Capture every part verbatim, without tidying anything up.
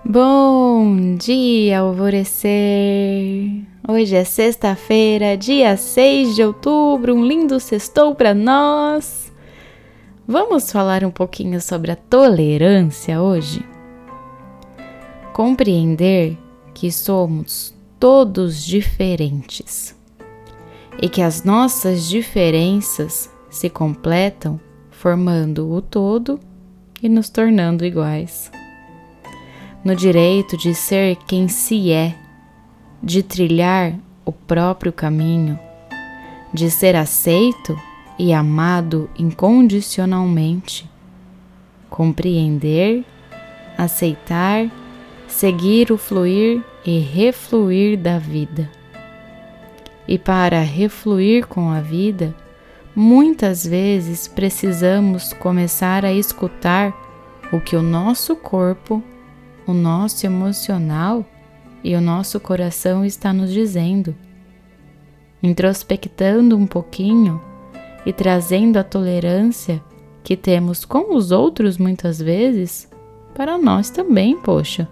Bom dia, alvorecer! Hoje é sexta-feira, dia seis de outubro, um lindo sextou para nós! Vamos falar um pouquinho sobre a tolerância hoje? Compreender que somos todos diferentes e que as nossas diferenças se completam formando o todo e nos tornando iguais. No direito de ser quem se é, de trilhar o próprio caminho, de ser aceito e amado incondicionalmente, compreender, aceitar, seguir o fluir e refluir da vida. E para refluir com a vida, muitas vezes precisamos começar a escutar o que o nosso corpo, o nosso emocional e o nosso coração está nos dizendo, introspectando um pouquinho e trazendo a tolerância que temos com os outros muitas vezes para nós também, poxa.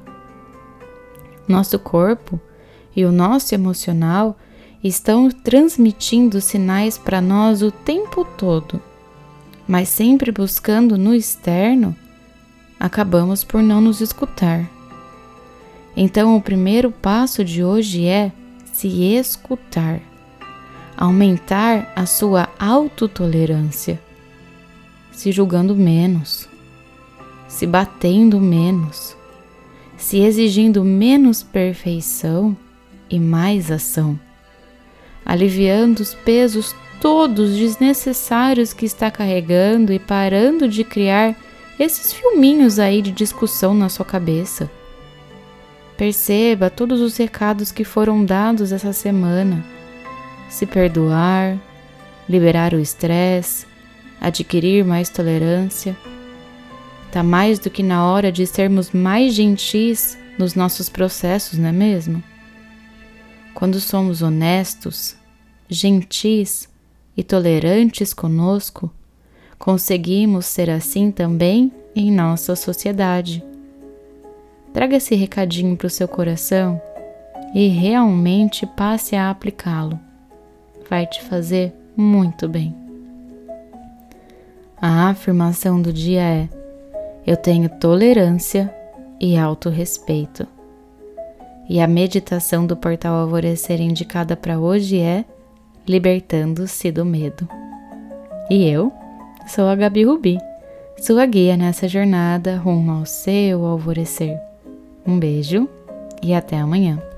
Nosso corpo e o nosso emocional estão transmitindo sinais para nós o tempo todo, mas sempre buscando no externo, acabamos por não nos escutar. Então, o primeiro passo de hoje é se escutar, aumentar a sua autotolerância, se julgando menos, se batendo menos, se exigindo menos perfeição e mais ação, aliviando os pesos todos desnecessários que está carregando e parando de criar esses filminhos aí de discussão na sua cabeça. Perceba todos os recados que foram dados essa semana. Se perdoar, liberar o estresse, adquirir mais tolerância. Tá mais do que na hora de sermos mais gentis nos nossos processos, não é mesmo? Quando somos honestos, gentis e tolerantes conosco, conseguimos ser assim também em nossa sociedade. Traga esse recadinho para o seu coração e realmente passe a aplicá-lo. Vai te fazer muito bem. A afirmação do dia é: eu tenho tolerância e autorrespeito. E a meditação do Portal Alvorecer indicada para hoje é libertando-se do medo. E eu sou a Gabi Rubi, sua guia nessa jornada rumo ao seu alvorecer. Um beijo e até amanhã.